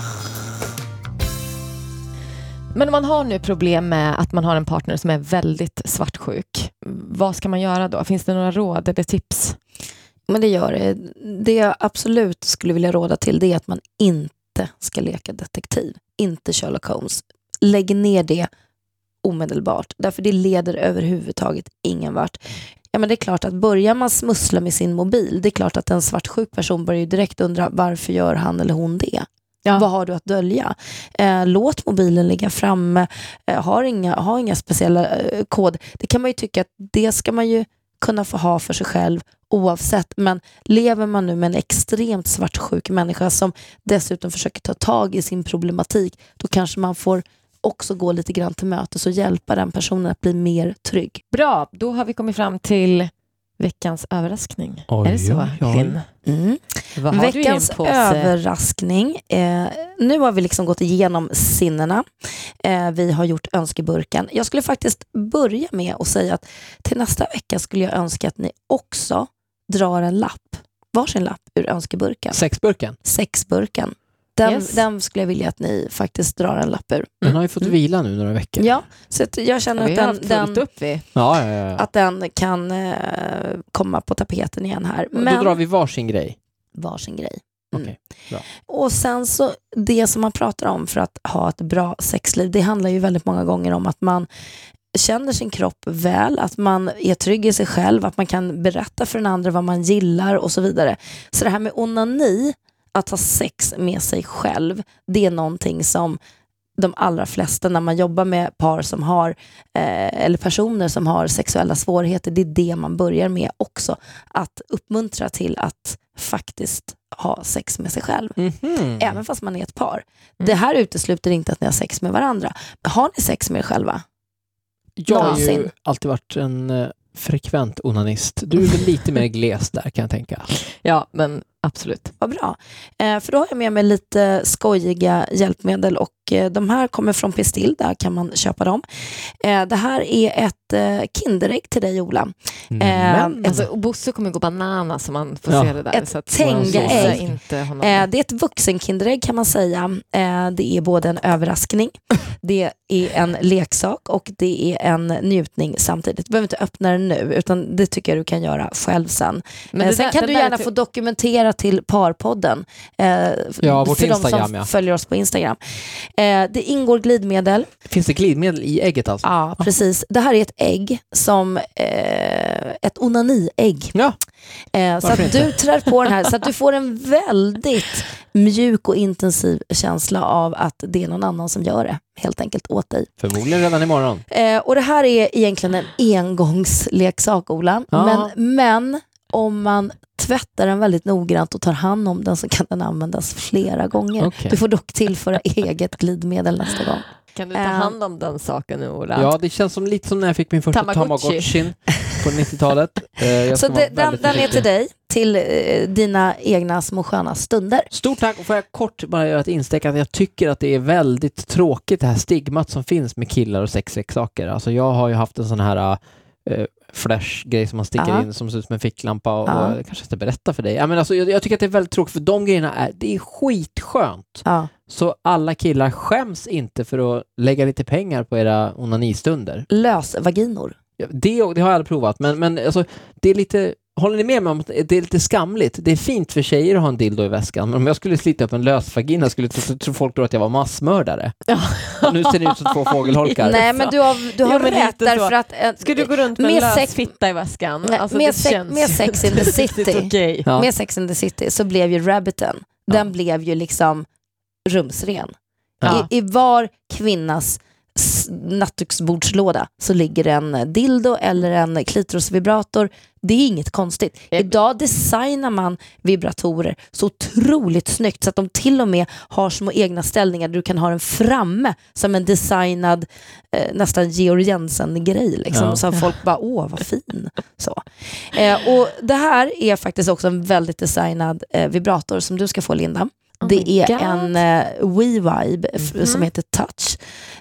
Men om man har nu problem med att man har en partner som är väldigt svartsjuk, vad ska man göra då? Finns det några råd eller tips? Men det gör det. Det jag absolut skulle vilja råda till, det är att man inte ska leka detektiv. Inte Sherlock Holmes. Lägg ner det omedelbart. Därför det leder överhuvudtaget ingen vart. Ja, men det är klart att börjar man smussla med sin mobil, det är klart att en svartsjuk person börjar ju direkt undra varför gör han eller hon det? Ja. Vad har du att dölja? Låt mobilen ligga framme. Har inga speciella kod. Det kan man ju tycka att det ska man ju kunna få ha för sig själv oavsett. Men lever man nu med en extremt svartsjuk människa som dessutom försöker ta tag i sin problematik, då kanske man får också gå lite grann till mötes och hjälpa den personen att bli mer trygg. Bra, då har vi kommit fram till veckans överraskning. Är det så, Linn? Vad har veckans överraskning. Nu har vi liksom gått igenom sinnena. Vi har gjort önskeburken. Jag skulle faktiskt börja med att säga att till nästa vecka skulle jag önska att ni också drar en lapp. Varsin lapp ur önskeburken. Sexburken. Den skulle jag vilja att ni faktiskt drar en lapp ur. Den har ju fått vila nu några veckor. Ja, så att jag känner att den kan komma på tapeten igen här. Men då drar vi varsin grej. Okej, bra. Och sen så, det som man pratar om för att ha ett bra sexliv, det handlar ju väldigt många gånger om att man känner sin kropp väl, att man är trygg i sig själv, att man kan berätta för den andra vad man gillar och så vidare. Så det här med onani, att ha sex med sig själv, det är någonting som de allra flesta, när man jobbar med par som har eller personer som har sexuella svårigheter, det är det man börjar med också, att uppmuntra till att faktiskt ha sex med sig själv. Även fast man är ett par. Det här utesluter inte att ni har sex med varandra. Har ni sex med er själva? Jag har ju alltid varit en frekvent onanist. Du är väl lite mer gles där, kan jag tänka. Ja, men absolut. Vad bra. För då har jag med mig lite skojiga hjälpmedel och de här kommer från Pistill, där kan man köpa dem. Det här är ett kinderägg till dig, Ola. Alltså, Bosse kommer gå banana som man får se det där. Ett tängaägg. Det är ett vuxen kinderägg, kan man säga. Det är både en överraskning, det är en leksak och det är en njutning samtidigt. Du behöver inte öppna den nu, utan det tycker jag du kan göra själv sen. Men sen kan du gärna få dokumentera till Parpodden. För de som följer oss på Instagram. Det ingår glidmedel. Finns det glidmedel i ägget alltså? Ja, precis. Det här är ett ägg som ett onaniägg. Ja. Så att du trär på den här, så att du får en väldigt mjuk och intensiv känsla av att det är någon annan som gör det, helt enkelt åt dig. Förmodligen redan imorgon. Och det här är egentligen en engångsleksak, Ola. Men om man tvättar den väldigt noggrant och tar hand om den, så kan den användas flera gånger. Okay. Du får dock tillföra eget glidmedel nästa gång. Kan du ta hand om den saken nu, Ola? Ja, det känns som lite som när jag fick min första Tamagotchi på 90-talet. Så den är till dig, till dina egna små sköna stunder. Stort tack, och får jag kort bara göra ett instäck att jag tycker att det är väldigt tråkigt det här stigmat som finns med killar och sexleksaker. Alltså jag har ju haft en sån här flash-grej som man sticker in som ser ut som en ficklampa och jag kanske inte berätta för dig. Ja, men alltså, jag tycker att det är väldigt tråkigt, för de grejerna det är skitskönt. Så alla killar, skäms inte för att lägga lite pengar på era onanistunder. Lösvaginor. Ja, det har jag aldrig provat, men alltså, det är lite... Håller ni med mig om att det är lite skamligt? Det är fint för tjejer att ha en dildo i väskan, men om jag skulle slita upp en lösvagina skulle folk tro att jag var massmördare. Ja. Nu ser det ut som två fågelholkar. Nej, men du har rätt, därför att... Skulle du gå runt med en lösfitta i väskan? Nej, alltså, med Sex in the City. Okay. Med Sex in the City så blev ju Rabbiten, den blev ju liksom rumsren. I var kvinnas nattduksbordslåda så ligger en dildo eller en klitorosvibrator. Det är inget konstigt. Idag designar man vibratorer så otroligt snyggt så att de till och med har små egna ställningar där du kan ha den framme som en designad nästan Georg Jensen-grej. Liksom. Så folk bara, vad fin. Så. Och det här är faktiskt också en väldigt designad vibrator som du ska få, Linda. Det är en WeVibe som heter Touch.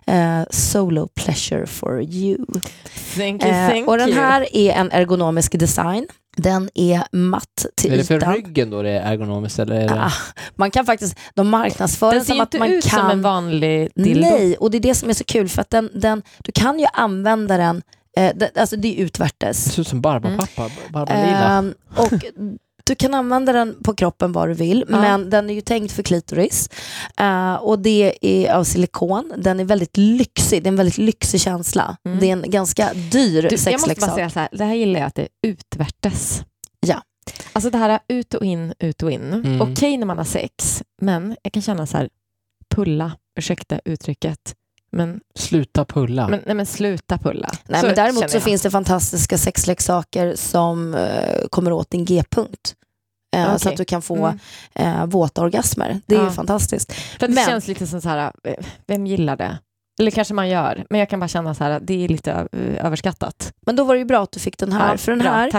Solo pleasure for you. Thank you. Och den här är en ergonomisk design. Den är matt till ytan. Är det för ryggen då det är ergonomiskt? Eller är det... Man kan faktiskt, de marknadsför den som att man ut kan... som en vanlig dildo. Nej, och det är det som är så kul för att du kan ju använda den, alltså det är utvärtes. Det ser ut som Barbapappa, Barbalila. Och du kan använda den på kroppen vad du vill, men den är ju tänkt för klitoris. Och det är av silikon. Den är väldigt lyxig. Det är en väldigt lyxig känsla. Det är en ganska dyr sexleksak. Jag måste bara säga så här, det här gillar jag att det utvärtes. Ja. Alltså det här ut och in, ut och in. Okej när man har sex, men jag kan känna så här, pulla, ursäkta uttrycket. Men, sluta pulla. Men sluta pulla. Nej, men däremot så finns det fantastiska sexleksaker som kommer åt din G-punkt. Så att du kan få våta orgasmer. Det är ju fantastiskt. För det känns lite som så här, vem gillar det? Eller kanske man gör. Men jag kan bara känna så här, det är lite överskattat. Men då var det ju bra att du fick den här. För den här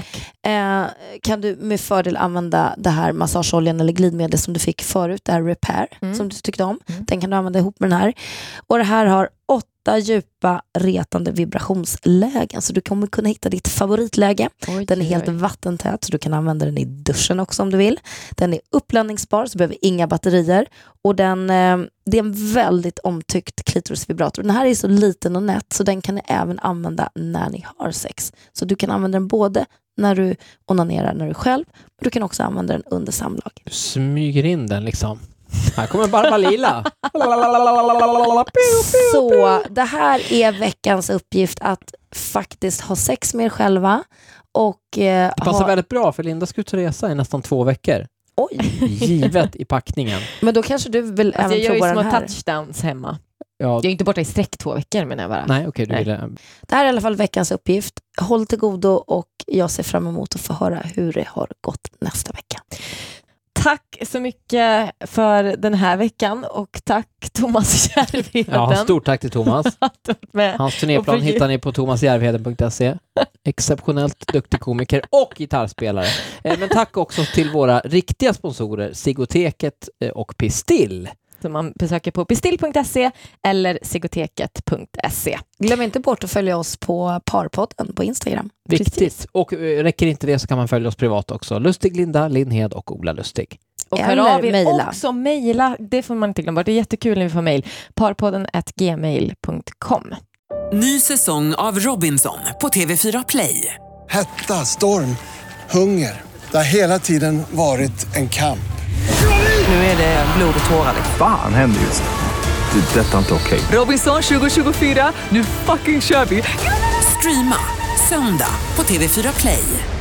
kan du med fördel använda det här massageoljan eller glidmedel som du fick förut. Det här Repair som du tyckte om. Den kan du använda ihop med den här. Och det här har 8 djupa retande vibrationslägen. Så du kommer kunna hitta ditt favoritläge. Den är helt vattentät så du kan använda den i duschen också om du vill. Den är uppladdningsbar så du behöver inga batterier. Och det är en väldigt omtyckt klitorisvibrator. Den här är så liten och nätt så den kan ni även använda när ni har sex. Så du kan använda den både när du onanerar när du själv, men du kan också använda den under samlag. Du smyger in den liksom. Här kommer Barbalila. Så det här är veckans uppgift, att faktiskt ha sex med er själva. Och, det passar väldigt bra för Linda ska ut och resa i nästan 2 veckor. Oj. Givet i packningen. Men då kanske du vill även prova den här. Jag gör ju små touchdowns hemma. Ja. Jag är inte borta i sträck 2 veckor men jag bara. Nej, okej, du ville. Det här är i alla fall veckans uppgift. Håll till godo och jag ser fram emot att få höra hur det har gått nästa vecka. Tack så mycket för den här veckan och tack Thomas Järvheden. Ja, stort tack till Thomas. Hans turnéplan hittar ni på thomasjärvheden.se. Exceptionellt duktig komiker och gitarrspelare. Men tack också till våra riktiga sponsorer Sigoteket och Pistill. Som man besöker på pistill.se eller sigoteket.se. Glöm inte bort att följa oss på Parpodden på Instagram. Viktigt. Precis. Och räcker inte det så kan man följa oss privat också. Lustig Linda, Lindhed och Ola Lustig. Och hör av er också, mejla. Det får man inte glömma bort. Det är jättekul när vi får mejl. parpodden@gmail.com. Ny säsong av Robinson på TV4 Play. Hetta, storm, hunger. Det har hela tiden varit en kamp. Nu är det blod och tårar. Fan händer just det. Detta är inte okej. Robinson 2024, nu fucking kör vi. Streama söndag på TV4 Play.